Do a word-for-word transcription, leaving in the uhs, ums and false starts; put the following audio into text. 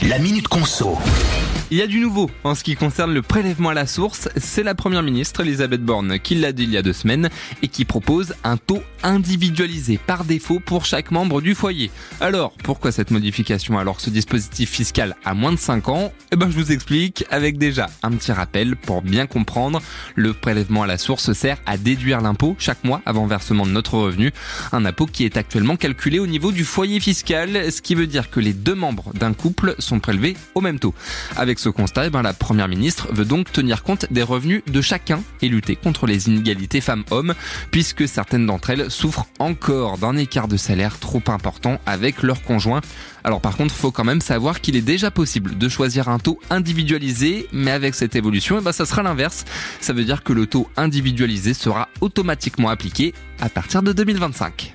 La Minute Conso. Il y a du nouveau en ce qui concerne le prélèvement à la source. C'est la première ministre Elisabeth Borne qui l'a dit il y a deux semaines et qui propose un taux individualisé par défaut pour chaque membre du foyer. Alors, pourquoi cette modification alors que ce dispositif fiscal a moins de cinq ans ? Eh ben, je vous explique avec déjà un petit rappel pour bien comprendre. Le prélèvement à la source sert à déduire l'impôt chaque mois avant versement de notre revenu. Un impôt qui est actuellement calculé au niveau du foyer fiscal, ce qui veut dire que les deux membres d'un couple sont prélevés au même taux. Avec ce constat, eh ben, la première ministre veut donc tenir compte des revenus de chacun et lutter contre les inégalités femmes-hommes, puisque certaines d'entre elles souffrent encore d'un écart de salaire trop important avec leur conjoint. Alors par contre, il faut quand même savoir qu'il est déjà possible de choisir un taux individualisé, mais avec cette évolution, eh ben, ça sera l'inverse. Ça veut dire que le taux individualisé sera automatiquement appliqué à partir de deux mille vingt-cinq.